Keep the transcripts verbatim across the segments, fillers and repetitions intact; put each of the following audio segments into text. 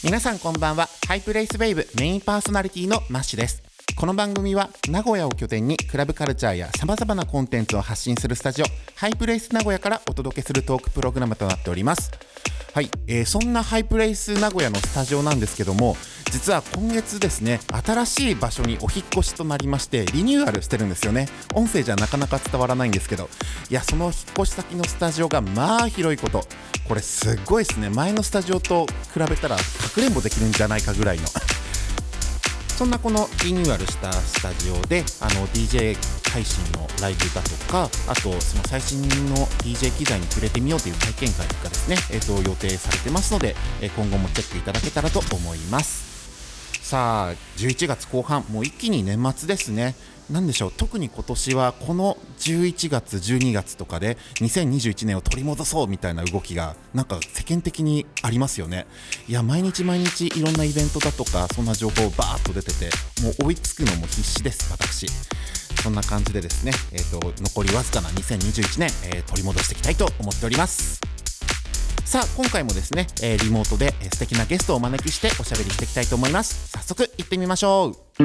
皆さんこんばんは。ハイプレイスウェーブメインパーソナリティのマッシュです。この番組は名古屋を拠点にクラブカルチャーや様々なコンテンツを発信するスタジオハイプレイス名古屋からお届けするトークプログラムとなっております。はい、えー、そんなハイプレイス名古屋のスタジオなんですけども、実は今月ですね、新しい場所にお引っ越しとなりましてリニューアルしてるんですよね。音声じゃなかなか伝わらないんですけど、いやその引っ越し先のスタジオがまあ広いこと、これすごいですね。前のスタジオと比べたらかくれんぼできるんじゃないかぐらいのそんなこのリニューアルしたスタジオであの ディージェー 配信のライブだとか、あとその最新の ディージェー 機材に触れてみようという体験会がですね、えー、と予定されてますので、えー、今後もチェックいただけたらと思います。さあじゅういちがつこう半、もう一気に年末ですね。なんでしょう、特に今年はこのじゅういちがつじゅうにがつとかでにせんにじゅういちねんを取り戻そうみたいな動きがなんか世間的にありますよね。いや毎日毎日いろんなイベントだとかそんな情報バーッと出てて、もう追いつくのも必死です私。そんな感じでですね、えーと残りわずかなにせんにじゅういちねん、えー、取り戻していきたいと思っております。さあ今回もですね、えー、リモートで、えー、素敵なゲストをお招きしておしゃべりしていきたいと思います。早速行ってみましょう。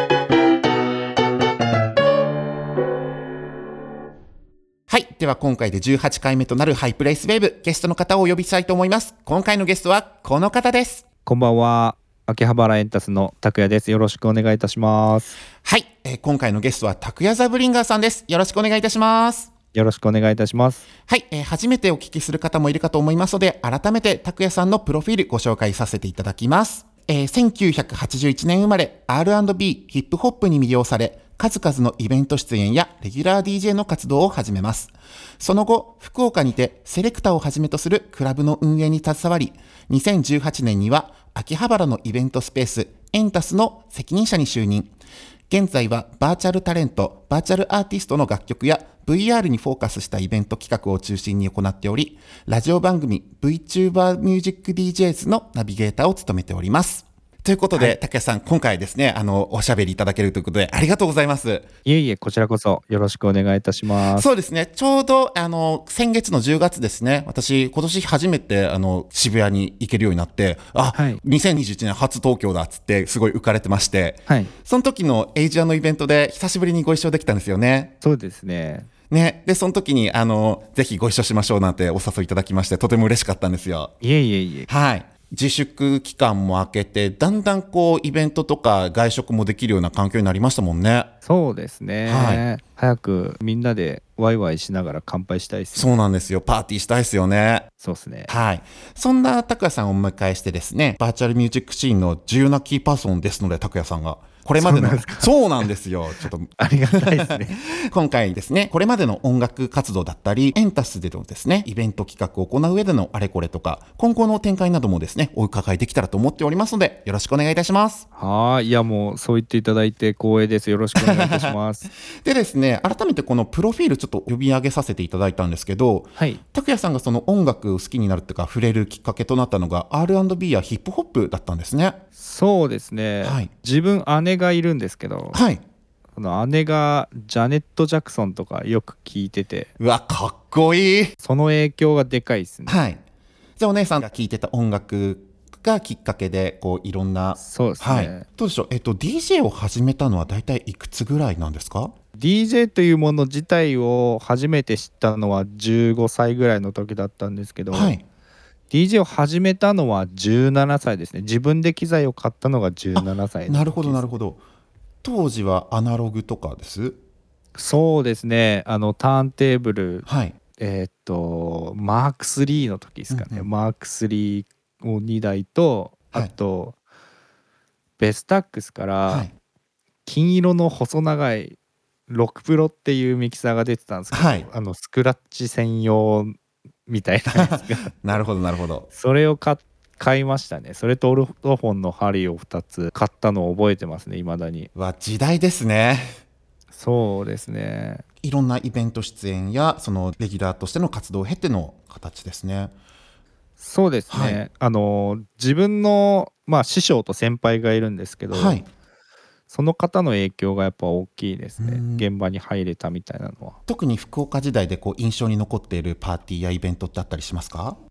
はい、では今回でじゅうはちかいめとなるハイプレイスウェーブ、ゲストの方をお呼びしたいと思います。今回のゲストはこの方です。 こんばんは、秋葉原エンタスの拓也です。よろしくお願いいたします。 はい、えー、今回のゲストは拓也ザブリンガーさんです。よろしくお願いいたします。 よろしくお願いいたします。 はい、えー、初めてお聞きする方もいるかと思いますので、改めて拓也さんのプロフィールご紹介させていただきます。えー、せんきゅうひゃくはちじゅういちねん生まれ、 アールアンドビー ヒップホップに魅了され、数々のイベント出演やレギュラー ディージェー の活動を始めます。その後、福岡にてセレクターをはじめとするクラブの運営に携わり、にせんじゅうはちねんには秋葉原のイベントスペースエンタスの責任者に就任。現在はバーチャルタレント、バーチャルアーティストの楽曲や ブイアール にフォーカスしたイベント企画を中心に行っており、ラジオ番組 VTuber Music ディージェーズ のナビゲーターを務めております。ということで、拓也さん、今回ですね、あの、おしゃべりいただけるということで、ありがとうございます。 いえいえ、こちらこそよろしくお願いいたします。 そうですね、ちょうど、あの、先月のじゅうがつですね、私、今年初めて、あの、渋谷に行けるようになって、あ、はい、にせんにじゅういちねん初東京だっつって、すごい浮かれてまして、はい、その時のエイジアのイベントで、久しぶりにご一緒できたんですよね。 そうですね。 ね、でその時にあのぜひご一緒しましょうなんてお誘いいただきまして、とても嬉しかったんですよ。 いえいえいえ。 はい。自粛期間も明けて、だんだんこうイベントとか外食もできるような環境になりましたもんね。 そうですね、はい、早くみんなでワイワイしながら乾杯したいですね。 そうなんですよ、パーティーしたいですよね。 そうですね。 はい。そんな拓也さんをお迎えしてですね、バーチャルミュージックシーンの重要なキーパーソンですので、拓也さんがこれまでの、そうなんですよ、ちょっとありがたいですね。 今回ですね、これまでの音楽活動だったり、エンタスでのですね、イベント企画を行う上でのあれこれとか、今後の展開などもですね、お伺いできたらと思っておりますので、よろしくお願いいたします。 はい、いやもうそう言っていただいて光栄です。よろしくお願いいたします。 でですね、改めてこのプロフィールちょっと呼び上げさせていただいたんですけど、はい、拓也さんがその音楽好きになるっていうか触れるきっかけとなったのが アールアンドビー やヒップホップだったんですね。 そうですね、はい、自分姉がいるんですけど、はい、この姉がジャネット・ジャクソンとかよく聞いてて、 うわかっこいい。 その影響がでかいですね。 はい。じゃあお姉さんが聴いてた音楽がきっかけでこういろんな、 そうですね、はい、 どうでしょう、えっと ディージェー を始めたのはだいたいいくつぐらいなんですか？ ディージェー というもの自体を初めて知ったのはじゅうごさいぐらいの時だったんですけど、はい、ディージェー を始めたのはじゅうななさいですね。自分で機材を買ったのがじゅうななさいの時です。 なるほどなるほど。当時はアナログとかです？ そうですね、あのターンテーブル、はい、えー、っとマークスリーの時ですかね、うんうん、マークスリーをにだいと、あと、はい、ベスタックスから金色の細長いロックプロっていうミキサーが出てたんですけど、はい、あのスクラッチ専用みたいなやつがなるほどなるほど。 それを買買いましたね。それとオルトフォンの針をふたつ買ったのを覚えてますね、未だに。 わ、時代ですね。 そうですね、 いろんなイベント出演やそのレギュラーとしての活動を経ての形ですね。 そうですね、はい、あの自分の、まあ、師匠と先輩がいるんですけど、はい、その方の影響がやっぱ大きいですね。現場に入れたみたいなのは。 特に福岡時代でこう印象に残っているパーティーやイベントってあったりしますか？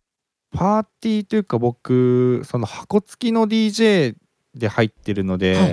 パーティーというか僕その箱付きの ディージェー で入ってるので、はい、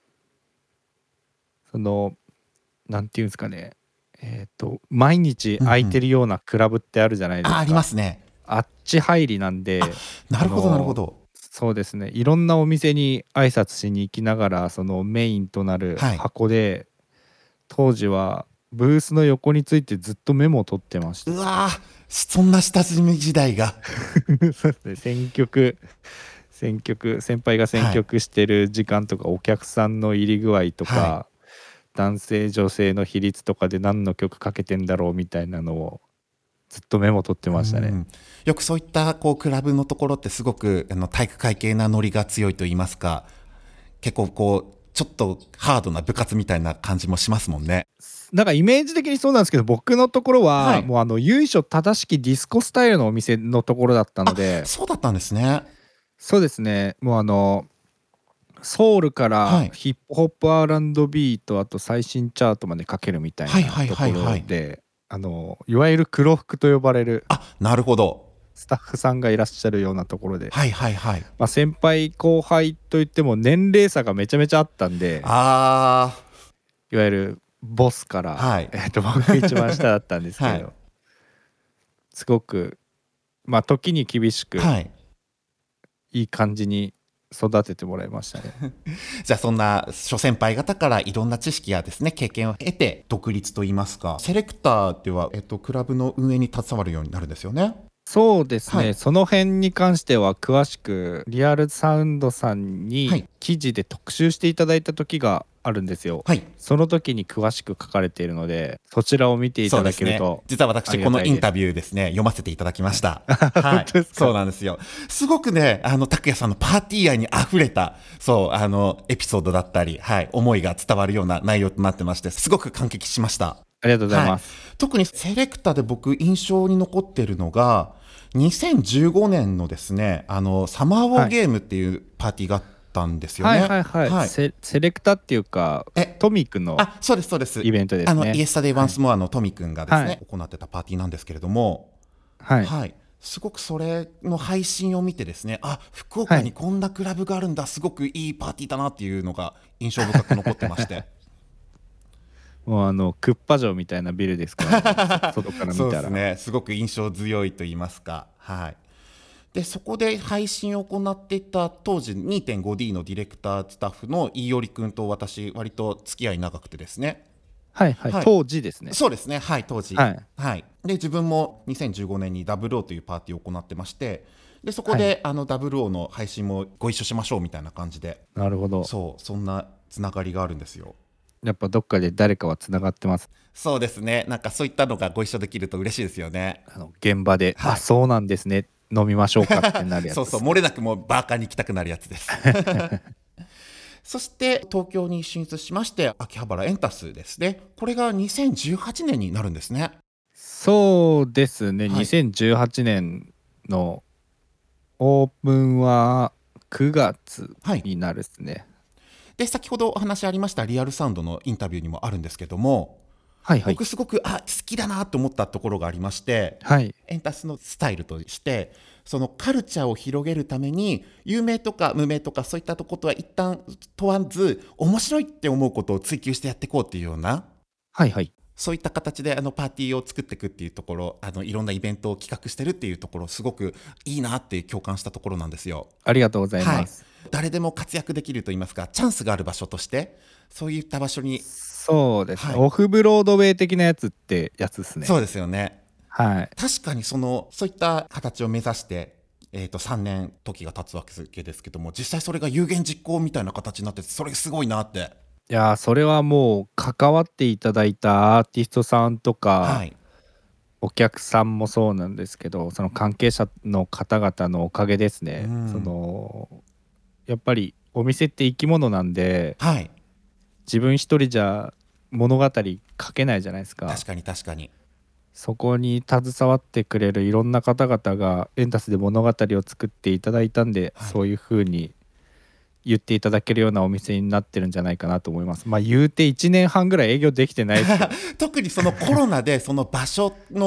そのなんていうんですかね、えっと毎日空いてるようなクラブってあるじゃないですか、 うんうん、あ, ありますね。 あっち入りなんで。 なるほどなるほど。 そうですね、いろんなお店に挨拶しに行きながらそのメインとなる箱で、はい、当時はブースの横についてずっとメモを取ってました。 うわー、そんな下積み時代がそうですね、選曲選曲先輩が選曲してる時間とか、はい、お客さんの入り具合とか、はい、男性女性の比率とかで何の曲かけてんだろうみたいなのをずっとメモ取ってましたね。うん、 よくそういったこうクラブのところってすごくあの体育会系なノリが強いと言いますか、結構こうちょっとハードな部活みたいな感じもしますもんね。 なんかイメージ的にそうなんですけど、僕のところは、はい、もうあの由緒正しきディスコスタイルのお店のところだったので。 そうだったんですね。 そうですね、もうあのソウルからヒップホップ アールアンドビー とあと最新チャートまでかけるみたいなところで、あのいわゆる黒服と呼ばれる、 あ、なるほど、 スタッフさんがいらっしゃるようなところで、 はいはいはい、 まあ、先輩後輩といっても年齢差がめちゃめちゃあったんで、 あいわゆるボスから、はい、えー、と僕一番下だったんですけど、はい、すごくまあ時に厳しく、はい、いい感じに育ててもらいましたね。 じゃあそんな諸先輩方からいろんな知識やですね経験を得て独立といいますか、セレクターでは、えっと、クラブの運営に携わるようになるんですよね。 そうですね、はい、その辺に関しては詳しくリアルサウンドさんに記事で特集していただいた時があるんですよ、はい、その時に詳しく書かれているのでそちらを見ていただけると、ね、 実は私このインタビューですね読ませていただきました。はい、そうなんですよ。すごくね、あの拓也さんのパーティー愛にあふれたそうあのエピソードだったり、はい、思いが伝わるような内容となってまして、すごく感激しました。 ありがとうございます、 はい、特にセレクターで僕印象に残っているのがにせんじゅうごねんのですね、あのサマーウォーゲームっていうパーティーがあったんですよね。 はいはいはい、はい、セ, セレクタっていうかトミ君のあそうですそうですイベントですね。 あのイエスタデイワンスモアのトミ君がですね、はい、行ってたパーティーなんですけれども、はい、はい、すごくそれの配信を見てですね、あ、福岡にこんなクラブがあるんだ、すごくいいパーティーだなっていうのが印象深く残ってましてもうあのクッパ城みたいなビルですから、ね、外から見たらそうですね、すごく印象強いと言いますか、はい、でそこで配信を行っていた当時 にてんごディー のディレクタースタッフの飯織君と私割と付き合い長くてですね、 はいはい、はい、当時ですね。 そうですね、はい当時、はいはい、で自分もにせんじゅうごねんに ダブルオー というパーティーを行ってまして、でそこで、はい、あの ダブルオー の配信もご一緒しましょうみたいな感じで、 なるほど、 そうそんなつながりがあるんですよ。 やっぱどっかで誰かはつながってます。 そうですね、なんかそういったのがご一緒できると嬉しいですよね。 あの現場で、はい、あそうなんですね、飲みましょうかってなるやつそうそう、漏れなくもうバーカーに行きたくなるやつですそして東京に進出しまして秋葉原エンタスですね、これがにせんじゅうはちねんになるんですね。 そうですね、はい、にせんじゅうはちねんのオープンはくがつになるですね、はい、 で先ほどお話ありましたリアルサウンドのインタビューにもあるんですけども、はいはい、僕すごくあ好きだなと思ったところがありまして、はい、エンタスのスタイルとしてそのカルチャーを広げるために有名とか無名とかそういったことは一旦問わず面白いって思うことを追求してやっていこうっていうような、はいはい、そういった形であのパーティーを作っていくっていうところ、あのいろんなイベントを企画してるっていうところすごくいいなって共感したところなんですよ。 ありがとうございます、 はい、誰でも活躍できるといいますかチャンスがある場所としてそういった場所に、 そうですね、はい、オフブロードウェイ的なやつってやつですね。 そうですよね、 はい、 確かにそのそういった形を目指して、えー、とさんねん時が経つわけですけども、実際それが有言実行みたいな形になってそれすごいなって。 いやそれはもう関わっていただいたアーティストさんとか、はい、お客さんもそうなんですけどその関係者の方々のおかげですね、うん、そのやっぱりお店って生き物なんで、はい、自分一人じゃ物語書けないじゃないですか。 確かに確かに。 そこに携わってくれるいろんな方々がエンタスで物語を作っていただいたんで、はい、そういう風に言っていただけるようなお店になってるんじゃないかなと思います。まあ言うていちねんはんぐらい営業できてないですけど特にそのコロナでその場所の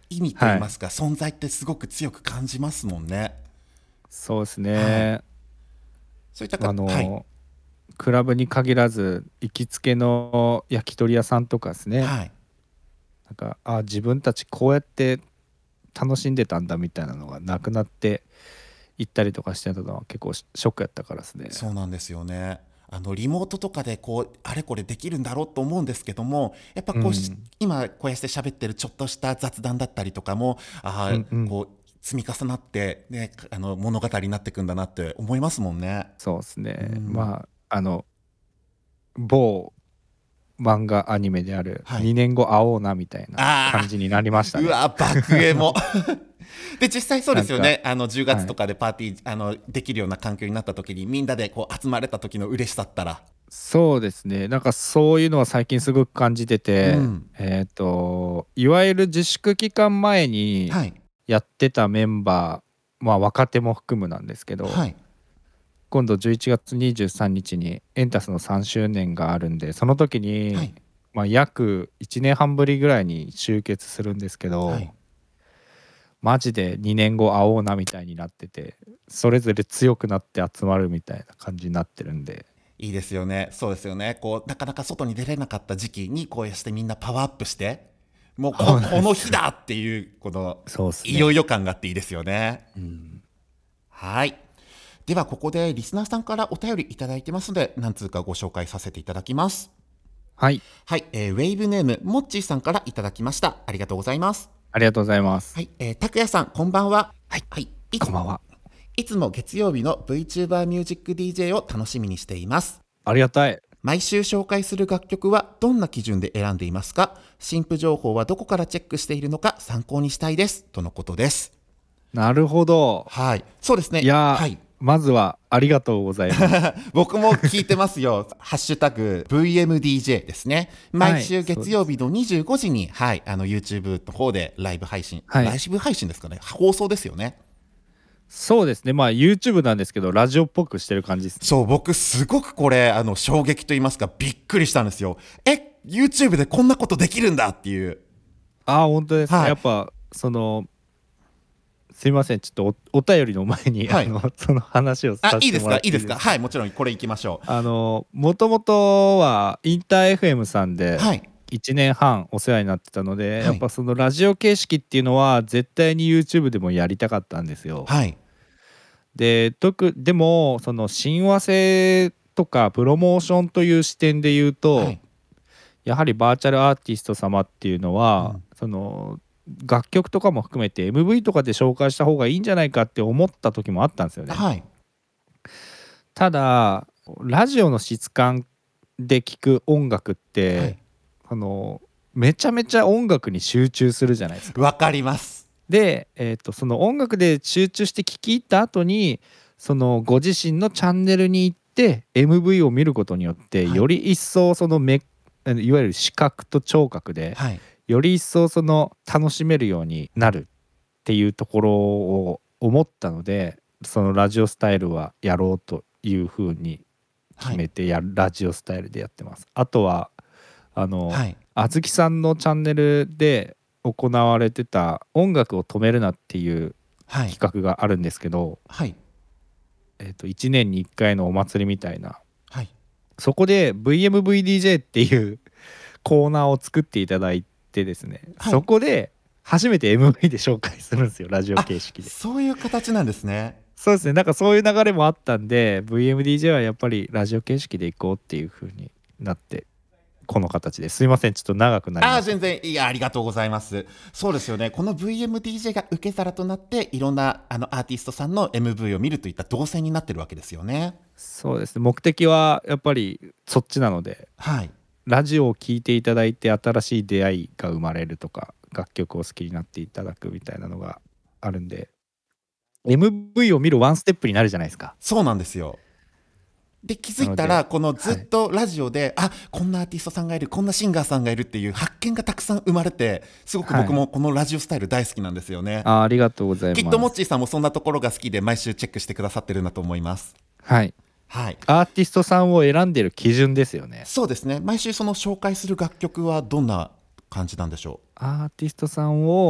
意味といいますか、はい、存在ってすごく強く感じますもんね。 そうですね、はい、そういったかあの、はい、クラブに限らず行きつけの焼き鳥屋さんとかですね、はい、なんかあ自分たちこうやって楽しんでたんだみたいなのがなくなって行ったりとかしてたのは結構ショックやったからですね。 そうなんですよね。あのリモートとかでこうあれこれできるんだろうと思うんですけども、やっぱこう、うん、今こうやって喋ってるちょっとした雑談だったりとかもあ、うんうん、こう積み重なって、ね、あの物語になっていくんだなって思いますもんね。 そうですね、うん、まああの某漫画アニメである、はい、にねんご会おうなみたいな感じになりましたね。 うわ爆エモで実際そうですよね。あのじゅうがつとかでパーティー、はい、あのできるような環境になった時にみんなでこう集まれた時の嬉しさったら、 そうですね、なんかそういうのは最近すごく感じてて、うん、えっといわゆる自粛期間前にやってたメンバー、まあ若手も含むなんですけど、はい、今度じゅういちがつにじゅうさんにちにエンタスのさんしゅうねんがあるんで、その時に、はい、まあ、約いちねんはんぶりぐらいに集結するんですけど、はい、マジでにねんご会おうなみたいになってて、それぞれ強くなって集まるみたいな感じになってるんでいいですよね。そうですよね。こうなかなか外に出れなかった時期にこうしてみんなパワーアップしてもう こ, この日だっていうこのいよいよ感があっていいですよね。うん、はい、ではここでリスナーさんからお便りいただいてますので何通かご紹介させていただきます。 はい、 はいえー、ウェイブネームもっちーさんからいただきました。ありがとうございます。 ありがとうございます。 はい、えー、拓也さんこんばんは。 はい、 はい、いこんばんは。 いつも月曜日の VTuber ミュージック ディージェー を楽しみにしています。 ありがたい。 毎週紹介する楽曲はどんな基準で選んでいますか？新譜情報はどこからチェックしているのか参考にしたいですとのことです。 なるほど。 はい、そうですね。 いや、 はい、 まずはありがとうございます僕も聞いてますよハッシュタグ ブイエムディージェー ですね。毎週月曜日のにじゅうごじに、はい、あの YouTube の方でライブ配信、はい、ライブ配信ですかね、放送ですよね。 そうですね、まあ YouTube なんですけどラジオっぽくしてる感じですね。 そう、僕すごくこれあの衝撃と言いますかびっくりしたんですよ。え YouTube でこんなことできるんだっていう。 ああ本当ですか、はい、やっぱそのすいませんちょっと お, お便りの前に、はい、あのその話をさせてもらっていいですか。 いいですかいいですか。はいもちろんこれいきましょう。 あのもともとはインター エフエム さんでいちねんはんお世話になってたので、はい、やっぱそのラジオ形式っていうのは絶対に YouTube でもやりたかったんですよ。 はいで特でもその親和性とかプロモーションという視点で言うと、はい、やはりバーチャルアーティスト様っていうのは、うん、その楽曲とかも含めて エムブイ とかで紹介した方がいいんじゃないかって思った時もあったんですよね。 はい、 ただラジオの質感で聴く音楽って、はい、あのめちゃめちゃ音楽に集中するじゃないですか。 わかります。 で、えーと、その音楽で集中して聴き入った後にそのご自身のチャンネルに行って エムブイ を見ることによって、はい、より一層そのめいわゆる視覚と聴覚で、はい、より一層その楽しめるようになるっていうところを思ったので、そのラジオスタイルはやろうというふうに決めてやる、はい、ラジオスタイルでやってます。あとはあの、はい、あずきさんのチャンネルで行われてた音楽を止めるなっていう企画があるんですけど、はい、えーといちねんにいっかいのお祭りみたいな、はい、そこで ブイエムブイディージェー っていうコーナーを作っていただいてですね、はい、そこで初めて エムブイ で紹介するんですよ、ラジオ形式で。 そういう形なんですね。 そうですね、なんかそういう流れもあったんで ブイエムディージェー はやっぱりラジオ形式でいこうっていう風になってこの形です。すいませんちょっと長くなりました。 あ全然いやありがとうございます。そうですよね、この ブイエムディージェー が受け皿となっていろんなあのアーティストさんの エムブイ を見るといった動線になってるわけですよね。 そうですね、目的はやっぱりそっちなので、はい、ラジオを聴いていただいて新しい出会いが生まれるとか楽曲を好きになっていただくみたいなのがあるんで エムブイ を見るワンステップになるじゃないですか。 そうなんですよ。で気づいたらこのずっとラジオで、はい、あこんなアーティストさんがいるこんなシンガーさんがいるっていう発見がたくさん生まれてすごく僕もこのラジオスタイル大好きなんですよね。はい、 あ, ありがとうございます。 きっとモッチーさんもそんなところが好きで毎週チェックしてくださってるなと思います。 はい、はい、アーティストさんを選んでる基準ですよね。 そうですね、毎週その紹介する楽曲はどんな感じなんでしょう。 アーティストさんを、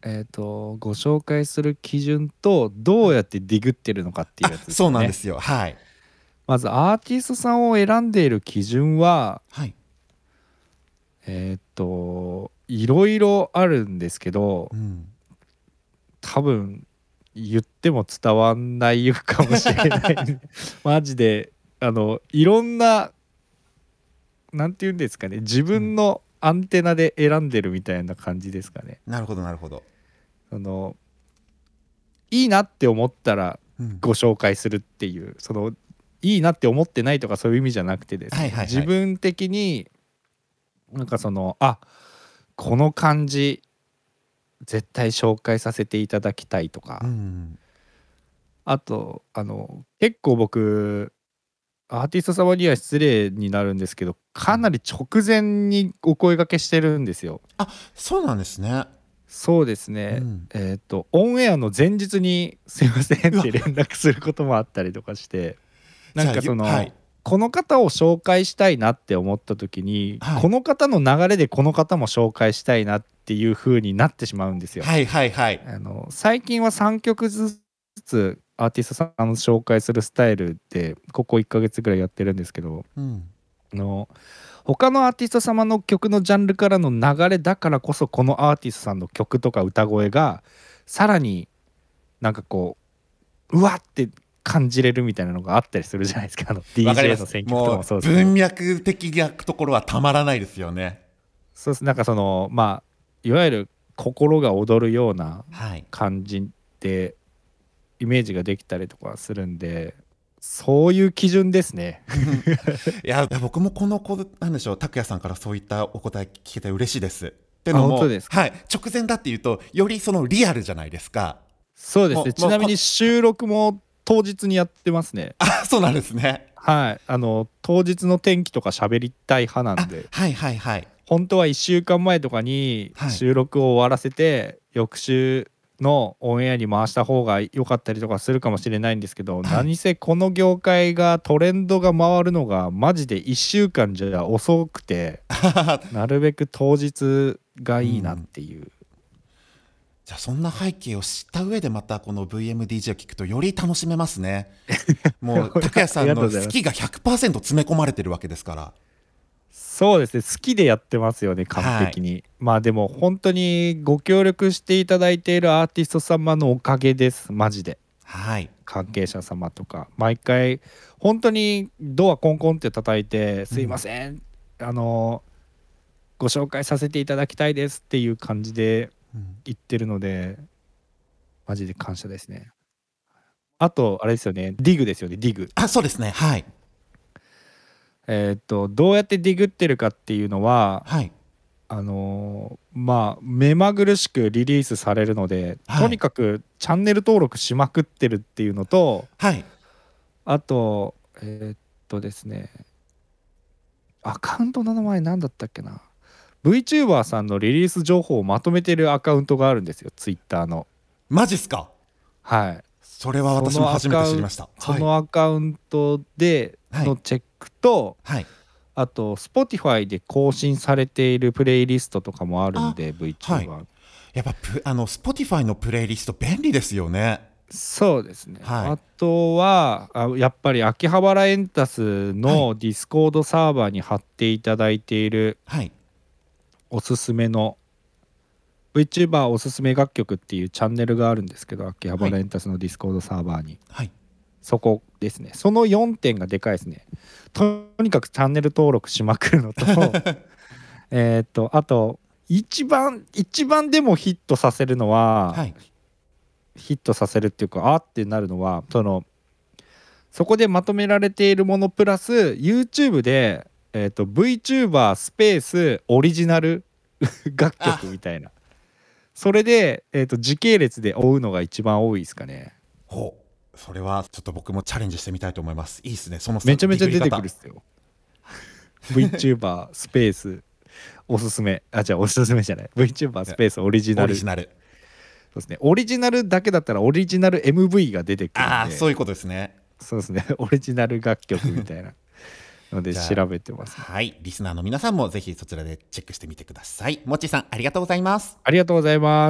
えー、とご紹介する基準とどうやってディグってるのかっていうやつですね。 そうなんですよ。はい。 まずアーティストさんを選んでいる基準は、 はい、 えっ、といろいろあるんですけど、 うん、 多分言っても伝わんないかもしれないマジであのいろんな、なんて言うんですかね、自分のアンテナで選んでるみたいな感じですかね。 なるほどなるほど。 あのいいなって思ったらうん、 ご紹介するっていう、そのいいなって思ってないとかそういう意味じゃなくてですね、 はいはいはい、 自分的になんかそのあこの感じ絶対紹介させていただきたいとか、 うん、 あとあの結構僕アーティスト様には失礼になるんですけど、かなり直前にお声掛けしてるんですよ。 あ、そうなんですね。 そうですね、 うん、 えっ、とオンエアの前日にすいませんうわって連絡することもあったりとかして、なんかじゃあその、 はいこの方を紹介したいなって思った時に、 はい、 この方の流れでこの方も紹介したいなっていう風になってしまうんですよ。 はいはいはい。 あの最近はさんきょくずつアーティストさんを紹介するスタイルでここいっかげつぐらいやってるんですけど、 うん、 あの他のアーティスト様の曲のジャンルからの流れだからこそ、このアーティストさんの曲とか歌声がさらになんかこううわって感じれるみたいなのがあったりするじゃないですか。あのわかりまディージェー のす。 選曲とかもうもそうですけど、 文脈的なところはたまらないですよね。 そうです。なんかそのまあいわゆる心が躍るようなはい。 感じでイメージができたりとかするんで、そういう基準ですね。 いや僕もこの子なんでしょう、拓也さんからそういったお答え聞けて嬉しいです。ってあ、 のも、 本当ですか。 はい、直前だっていうとよりそのリアルじゃないですか。 そうですね。 もうもうこちなみに収録も当日にやってますね。 あ、そうなんですね。 はい。あの当日の天気とか喋りたい派なんあ、 で、 はいはいはい。 本当はいっしゅうかんまえとかにはい。 収録を終わらせて翌週のオンエアに回した方が良かったりとかするかもしれないんですけど、 はい。 何せこの業界がトレンドが回るのがマジでいっしゅうかんじゃ遅くて、なるべく当日がいいなっうん、 ていう。 じゃあそんな背景を知った上でまたこの ブイエムディージェー を聞くとより楽しめますね。もう拓也ありさんのがとうございます。 好きが ひゃくパーセント 詰め込まれてるわけですから。 そうですね、好きでやってますよね、完はい。 璧に。まあでも本当にご協力していただいているアーティスト様のおかげです、マジで。 はい。 関係者様とか毎回本当にドアコンコンって叩いて、すいまうん。 せん、あのご紹介させていただきたいですっていう感じでうん、 言ってるので、マジで感謝ですね。あとあれですよね、ディグですよね、ディグ。 あ、そうですね。はい。 えーっとどうやってディグってるかっていうのは、 はい。 あのーまあ目まぐるしくリリースされるので、とはい。 にかくチャンネル登録しまくってるっていうのと、 はい。 あとえーっとですね、アカウントの名前何だったっけな、 VTuber さんのリリース情報をまとめてるアカウントがあるんですよ、Twitter の。 マジっすか。 はい。 それはそのア私も初めてカウン知りました。 そはい。 のアカウントではい。 のチェックと、 はい。 あと Spotify で更新されているプレイリストとかもあるんあ、 で、 はい。 VTuber。 やっぱプあの Spotify のプレイリスト便利ですよね。 そうですね。 はい。 あとはあやっぱり秋葉原エンタスはい。 の Discord サーバーに貼っていただいているはい。 おすすめの VTuber おすすめ楽曲っていうチャンネルがあるんですけど、秋葉はい。 原エンタスの Discord サーバーに、 はい。 そこですね。そのよんてんがでかいですね。とにかくチャンネル登録しまくるのとえっとあと一番一番でもヒットさせるのは、 はい。 ヒットさせるっていうかあってなるのは、そのそこでまとめられているものプラス YouTube で、えー、と VTuber スペースオリジナル楽あ、 曲みたいな、それで、えー、と時系列で追うのが一番多いですかね。 ほう。それはちょっと僕もチャレンジしてみたいと思います。いいですね。そのさめちゃめちゃ出てくディグり方。 るっすよ。VTuber スペースおすすめ、あ、じゃあおすすめじゃない、 VTuber スペースオリジナル。 オリジナル。 そうですね、オリジナルだけだったらオリジナル エムブイ が出てくるんああ、そうで、 いうことですね。 そうですねオリジナル楽曲みたいなのでじゃ調べてまあ、 すね。 はい。リスナーの皆さんもぜひそちらでチェックしてみてください。もっちーさん、ありがとうございます。 ありがとうございます。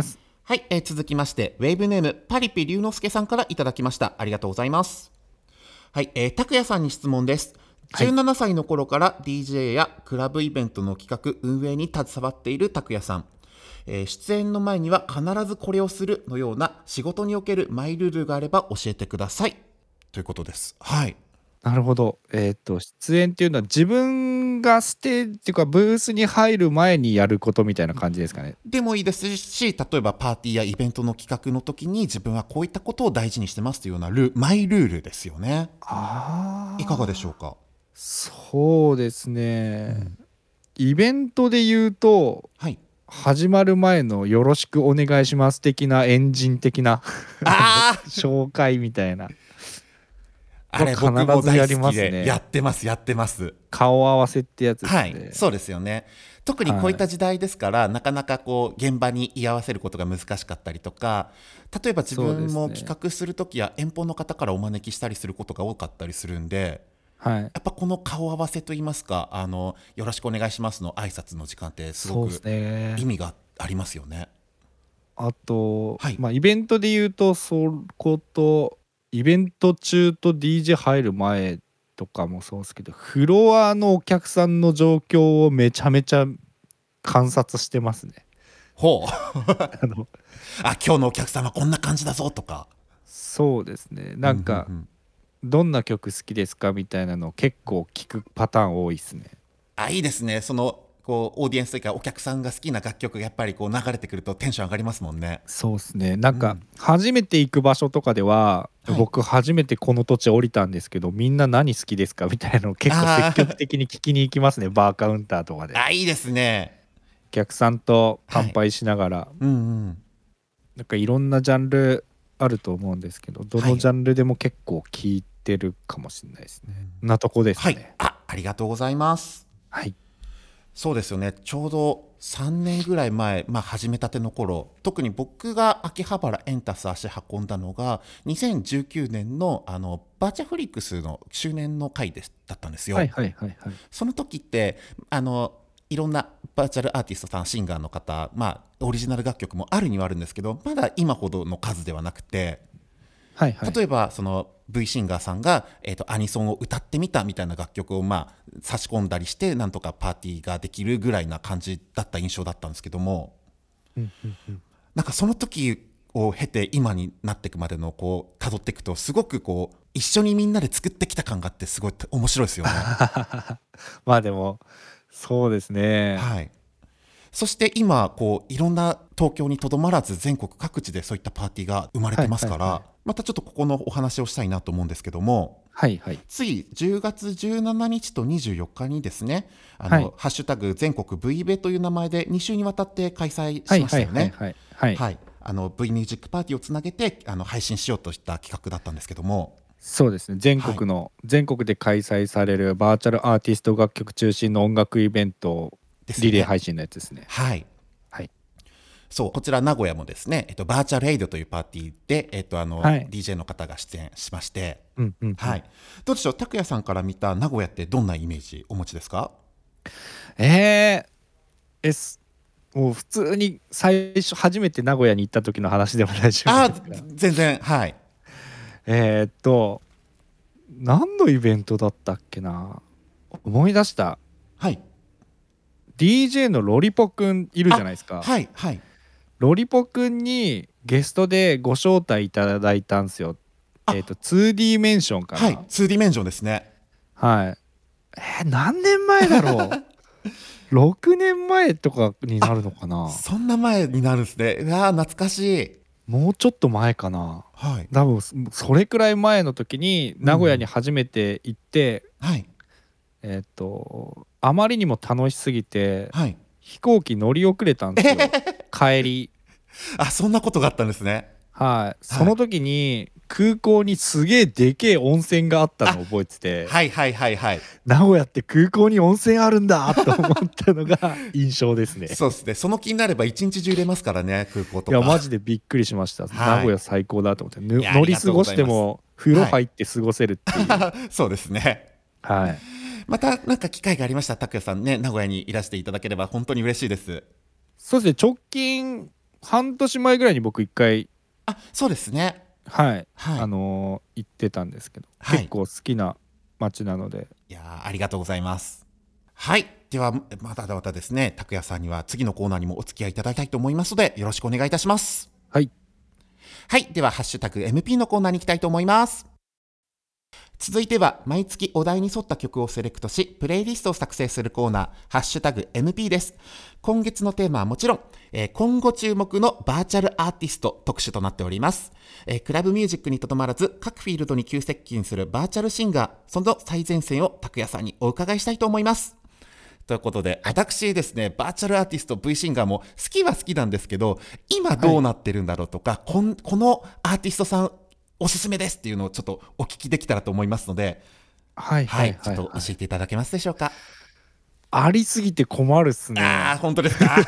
はい、えー、続きましてウェーブネームパリピ龍之介さんからいただきました。ありがとうございます。はい、えー、拓也さんに質問です。じゅうななさいの頃から ディージェー やクラブイベントの企画運営に携わっている拓也さん、えー、出演の前には必ずこれをするのような仕事におけるマイルールがあれば教えてくださいということです。はい、なるほど。えっと出演っていうのは自分がステージっていうかブースに入る前にやることみたいな感じですかね。 でもいいですし、例えばパーティーやイベントの企画の時に自分はこういったことを大事にしてますというようなルマイルールですよね。 あ、 いかがでしょうか。 そうですね、うん、イベントで言うと、はい、始まる前のよろしくお願いします的なエンジン的なあ紹介みたいなあれ僕も大好きでやってますやってます。 顔合わせってやつですね。 はい、そうですよね。特にこういった時代ですから、はい、なかなかこう現場に居合わせることが難しかったりとか、例えば自分も企画する時や遠方の方からお招きしたりすることが多かったりするんで、はい、やっぱこの顔合わせといいますか、あのよろしくお願いしますの挨拶の時間ってすごく意味がありますよね。 あと、はい、まあ、イベントで言うとそことイベント中と ディージェー 入る前とかもそうですけど、フロアのお客さんの状況をめちゃめちゃ観察してますね。 ほうあのあ今日のお客様こんな感じだぞとか。 そうですね、なんか、うんうんうん、どんな曲好きですかみたいなのを結構聞くパターン多いですね。 あ、いいですね。そのこうオーディエンスというかお客さんが好きな楽曲がやっぱりこう流れてくるとテンション上がりますもんね。 そうですね。なんか初めて行く場所とかでは、うん、僕初めてこの土地降りたんですけど、はい、みんな何好きですかみたいなのを結構積極的に聞きに行きますね。バーカウンターとかで。 あ、いいですね。 お客さんと乾杯しながら、はい、うんうん、なんかいろんなジャンルあると思うんですけど、どのジャンルでも結構聞いてるかもしれないですね、はい、なとこですね、 はい、あ、ありがとうございます。 はい、 そうですよね。ちょうどさんねんぐらい前、まあ、始めたての頃、特に僕が秋葉原エンタス足運んだのがにせんじゅうきゅうねん の, あのバーチャフリックスの周年の回でだったんですよ。 はいはいはいはい、 その時ってあのいろんなバーチャルアーティストさん、シンガーの方、まあ、オリジナル楽曲もあるにはあるんですけど、まだ今ほどの数ではなくて、はいはい、例えばその V シンガーさんが、えーと、アニソンを歌ってみたみたいな楽曲を、まあ、差し込んだりしてなんとかパーティーができるぐらいな感じだった印象だったんですけども、うんうんうん、なんかその時を経て今になっていくまでのこう辿っていくと、すごくこう一緒にみんなで作ってきた感があってすごい面白いですよね。 まあでもそうですね、 はい、そして今こういろんな東京にとどまらず全国各地でそういったパーティーが生まれてますから、はいはいはい、またちょっとここのお話をしたいなと思うんですけども、はいはい、ついじゅうがつじゅうしちにちとにじゅうよっかにですね、あの、はい、ハッシュタグ全国 ブイ イベという名前でに週にわたって開催しましたよね。あの V ミュージックパーティーをつなげてあの配信しようとした企画だったんですけども、 そうですね、全国の、はい、全国で開催されるバーチャルアーティスト楽曲中心の音楽イベントリレー配信のやつですね。 はい、はい、そうこちら名古屋もですね、えっと、バーチャルエイドというパーティーで、えっとあのはい、ディージェー の方が出演しまして、うんうんうん、はい、どうでしょう、拓也さんから見た名古屋ってどんなイメージお持ちですか？ えー、えもう普通に最初初めて名古屋に行った時の話でも大丈夫ですか？ あ、全然、はい。 えー、っと何のイベントだったっけな、思い出した。 はい、 ディージェー のロリポくんいるじゃないですか。 はいはい、 ロリポくんにゲストでご招待いただいたんですよ。えー、と ツーディー メンションかな。 はい、ツーディー メンションですね。 はい。えー、何年前だろうろくねんまえとかになるのかな。 そんな前になるんですね。うわー懐かしい。 もうちょっと前かな、はい、多分それくらい前の時に名古屋に初めて行って、うん、はい、えっとあまりにも楽しすぎて、はい、飛行機乗り遅れたんですよ帰り。 あ、そんなことがあったんですね。 はい、その時に空港にすげえでけえ温泉があったのを覚えてて、 はいはいはいはい、 名古屋って空港に温泉あるんだと思ったのが印象ですね。 そうですね、その気になれば一日中入れますからね、空港とか。 いやマジでびっくりしました、はい、名古屋最高だと思って、乗り過ごしても風呂入って過ごせるっていう、はい、 そうですね。 はい、 また何か機会がありましたら拓也さんね、名古屋にいらしていただければ本当に嬉しいです。 そうですね、直近半年前ぐらいに僕一回、 あ、そうですね。 はい、 はい、 あのー、行ってたんですけど、 はい、 結構好きな街なので。 いやありがとうございます。はい、ではまたまたですね、拓也さんには次のコーナーにもお付き合いいただきたいと思いますので、よろしくお願いいたします。 はい。 はい、ではハッシュタグ エムピー のコーナーに行きたいと思います。続いては毎月お題に沿った曲をセレクトしプレイリストを作成するコーナー、ハッシュタグ エムピー です。今月のテーマはもちろん、えー、今後注目のバーチャルアーティスト特集となっております。えー、クラブミュージックにとどまらず各フィールドに急接近するバーチャルシンガー、その最前線を拓也さんにお伺いしたいと思います。ということで、私ですね、バーチャルアーティスト V シンガーも好きは好きなんですけど、今どうなってるんだろうとか、はい、こ, んこのアーティストさんおすすめですっていうのをちょっとお聞きできたらと思いますので、 はいはいはい、 はい、ちょっと教えていただけますでしょうか。 ありすぎて困るっすね。 ああ、本当ですか。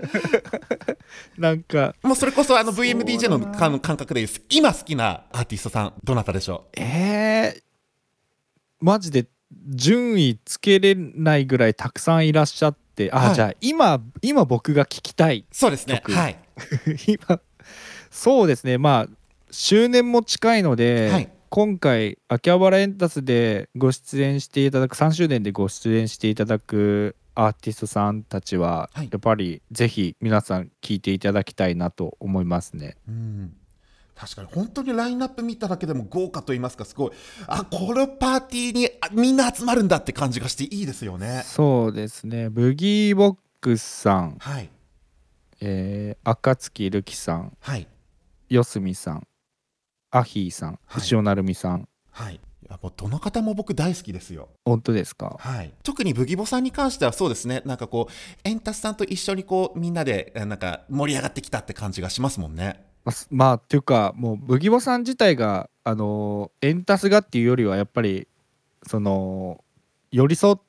なんかもうそれこそあの ブイエムディージェー の感覚で今好きなアーティストさんどなたでしょう。 えー、マジで順位つけれないぐらいたくさんいらっしゃって、あ、はい、じゃあ今今僕が聞きたい曲。 そうですね、はい。 今そうですね、まあ周年も近いので、はい、今回秋葉原エンタスでご出演していただくさんしゅうねんでご出演していただくアーティストさんたちは、はい、やっぱりぜひ皆さん聴いていただきたいなと思いますね。 うん、確かに本当にラインナップ見ただけでも豪華と言いますか、すごい、あ、このパーティーにみんな集まるんだって感じがしていいですよね。 そうですね、ブギーボックスさん、 はい、 えー、赤月るきさん、 はい、 四隅さん、アヒーさん、 はい、 牛尾成美さん、 はい、いやもうどの方も僕大好きですよ。 本当ですか。 はい、特にブギボさんに関してはそうですね、なんかこうエンタスさんと一緒にこうみんなでなんか盛り上がってきたって感じがしますもんね。 まあ、まあ、っていうかもうブギボさん自体があのエンタスがっていうよりはやっぱりその寄り添って、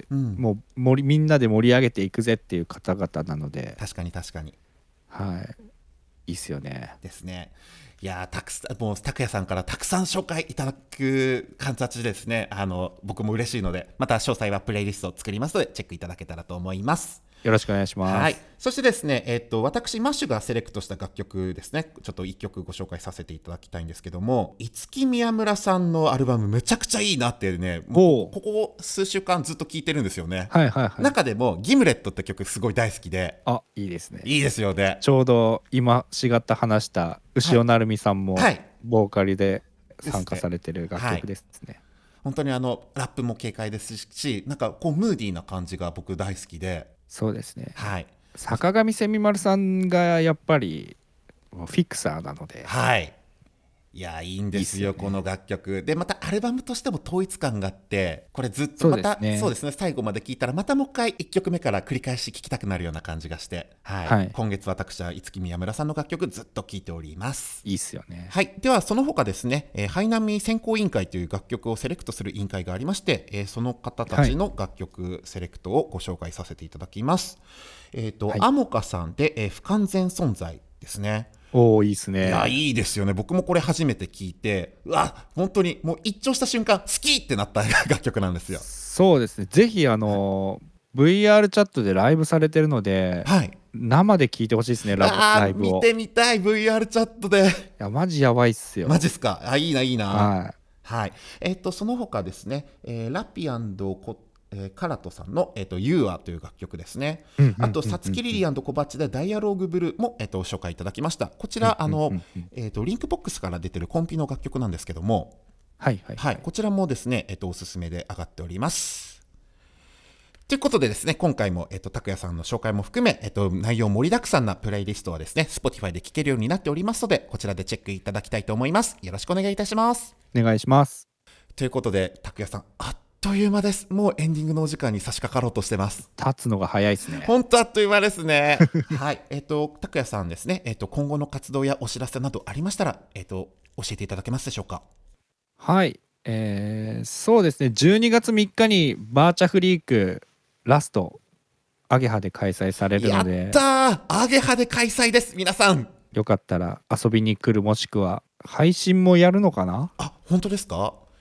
うん、もう盛りみんなで盛り上げていくぜっていう方々なので。 確かに確かに、 はい、いいっすよね。 ですね。いやたくさん、もう拓也さんからたくさん紹介いただく形ですね、あの僕も嬉しいので、また詳細はプレイリストを作りますのでチェックいただけたらと思います。 よろしくお願いします。 はい、そしてですね、えー、と私マッシュがセレクトした楽曲ですね、ちょっといっきょくご紹介させていただきたいんですけども、五木宮村さんのアルバムめちゃくちゃいいなってね、もうここ数週間ずっと聴いてるんですよね。 はいはいはい、 中でもギムレットって曲すごい大好きで。 あ、いいですね。 いいですよね。 ちょうど今しがった話した牛尾成美さんも、はい、ボーカルで参加されてる楽曲ですね。はい、 本当にあのラップも軽快ですし、なんかこうムーディーな感じが僕大好きで。 そうですね、 はい、 坂上蝉丸さんがやっぱりフィクサーなので、 はい、いやいいんですよ、いいっすよね、この楽曲でまたアルバムとしても統一感があって、これずっとまたそうですね、そうですね、最後まで聴いたらまたもう一回いっきょくめから繰り返し聴きたくなるような感じがして、はいはい、今月私は五木宮村さんの楽曲ずっと聴いております。 いいっすよね。 はい、ではその他ですね、えー、ハイナミ選考委員会という楽曲をセレクトする委員会がありまして、えー、その方たちの楽曲セレクトをご紹介させていただきます。はい、えーとはい、アモカさんで、えー、不完全存在ですね。 おー、いいですね。 いやいいですよね。僕もこれ初めて聞いて、うわ本当にもう一聴した瞬間好きってなった楽曲なんですよ。 そうですね、ぜひあのーはい、ブイアール チャットでライブされてるので、はい、生で聞いてほしいですね。ライブあライブを見てみたい。 ブイアール チャットで。いやマジやばいっすよ。 マジっすか。あいいないいな。 はい、 はい、えっとその他ですね、えー、ラピアンドコえー、カラトさんの、えーと、ユーアという楽曲ですね。あとサツキリリアンドコバッチでダイアローグブルーも、えーと、紹介いただきました。こちらあの、えーと、リンクボックスから出てるコンピの楽曲なんですけども、 はいはいはい、 はい、こちらもですね、えーと、おすすめで上がっております。ということでですね、今回も、えーと、拓也さんの紹介も含め、えーと、内容盛りだくさんなプレイリストはですね Spotify で聴けるようになっておりますので、こちらでチェックいただきたいと思います。よろしくお願いいたします。 お願いします。 ということで拓也さん、あっという間です。もうエンディングのお時間に差し掛かろうとしてます。 経つのが早いですね。 本当あっという間ですね。はい、えっ、ー、と拓也さんですね、えっ、ー、と今後の活動やお知らせなどありましたら、えっ、ー、と教えていただけますでしょうか。 はい、えー、そうですね、じゅうにがつみっかにバーチャフリークラストアゲハで開催されるので、 やったー、アゲハで開催です。皆さんよかったら遊びに来る、もしくは配信もやるのかな。 あ、本当ですか。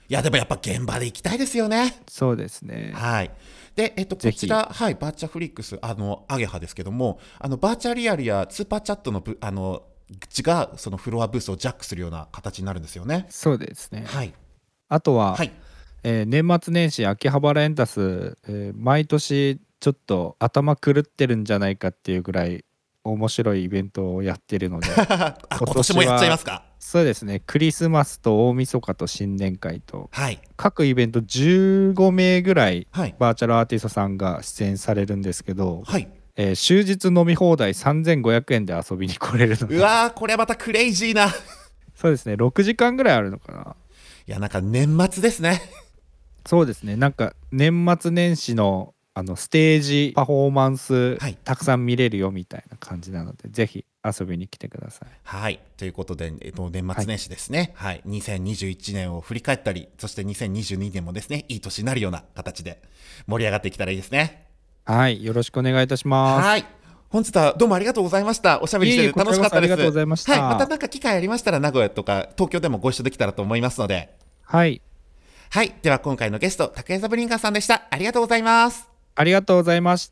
いやでもやっぱ現場で行きたいですよね。 そうですね。 はい。で、えっと、こちら、はい、バーチャフリックス、あの、アゲハですけども、あの、バーチャリアルやスーパーチャットのぶ、あの、字が、そのフロアブースをジャックするような形になるんですよね。 そうですね。 はい。 あとは、 はい、 えー、年末年始、秋葉原エンタス、えー、毎年ちょっと頭狂ってるんじゃないかっていうぐらい面白いイベントをやってるのであ、今年もやっちゃいますか。 そうですね、クリスマスと大晦日と新年会と、 はい、 各イベントじゅうごめいぐらい、 はい、 バーチャルアーティストさんが出演されるんですけど、 はい、 えー、終日飲み放題さんぜんごひゃくえんで遊びに来れるので、 うわー、これはまたクレイジーなそうですね、ろくじかんぐらいあるのかな。 いや、なんか年末ですね。 そうですね、なんか年末年始のあのステージパフォーマンス、はい、たくさん見れるよみたいな感じなので、ぜひ遊びに来てください。 はい、ということで、えっと、年末年始ですね、はい、はい、にせんにじゅういちねんを振り返ったり、そしてにせんにじゅうにねんもですね、いい年になるような形で盛り上がっていけたらいいですね。 はい、よろしくお願いいたします。 はい、本日はどうもありがとうございました。おしゃべりしてて楽しかったです。 ありがとうございました。 はい、また何か機会ありましたら名古屋とか東京でもご一緒できたらと思いますので。 はい。 はい、では今回のゲスト、拓也ザブリンガーさんでした。ありがとうございます。 ありがとうございました。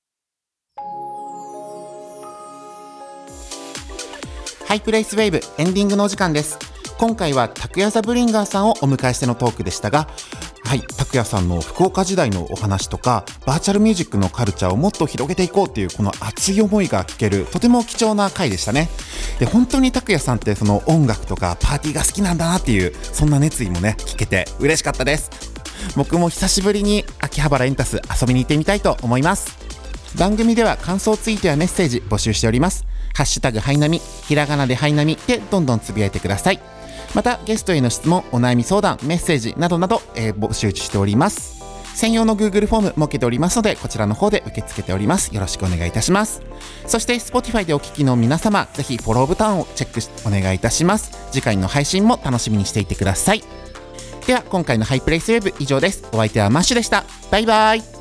ハイプレイスウェーブエンディングのお時間です。今回は拓也ザブリンガーさんをお迎えしてのトークでしたが、はい、拓也さんの福岡時代のお話とか、バーチャルミュージックのカルチャーをもっと広げていこうっていうこの熱い思いが聞ける、とても貴重な回でしたね。で、本当に拓也さんってその音楽とかパーティーが好きなんだなっていう、そんな熱意もね聞けて嬉しかったです。僕も久しぶりに秋葉原エンタス遊びに行ってみたいと思います。番組では感想ツイートやメッセージ募集しております。ハッシュタグハイナミ、ひらがなでハイナミでどんどんつぶやいてください。またゲストへの質問、お悩み相談、メッセージなどなど、えー、募集しております。専用の Google フォーム設けておりますので、こちらの方で受け付けております。よろしくお願いいたします。そして Spotify でお聞きの皆様、ぜひフォローボタンをチェックしお願いいたします。次回の配信も楽しみにしていてください。では今回のハイプレイスウェブ以上です。お相手はマッシュでした。バイバイ。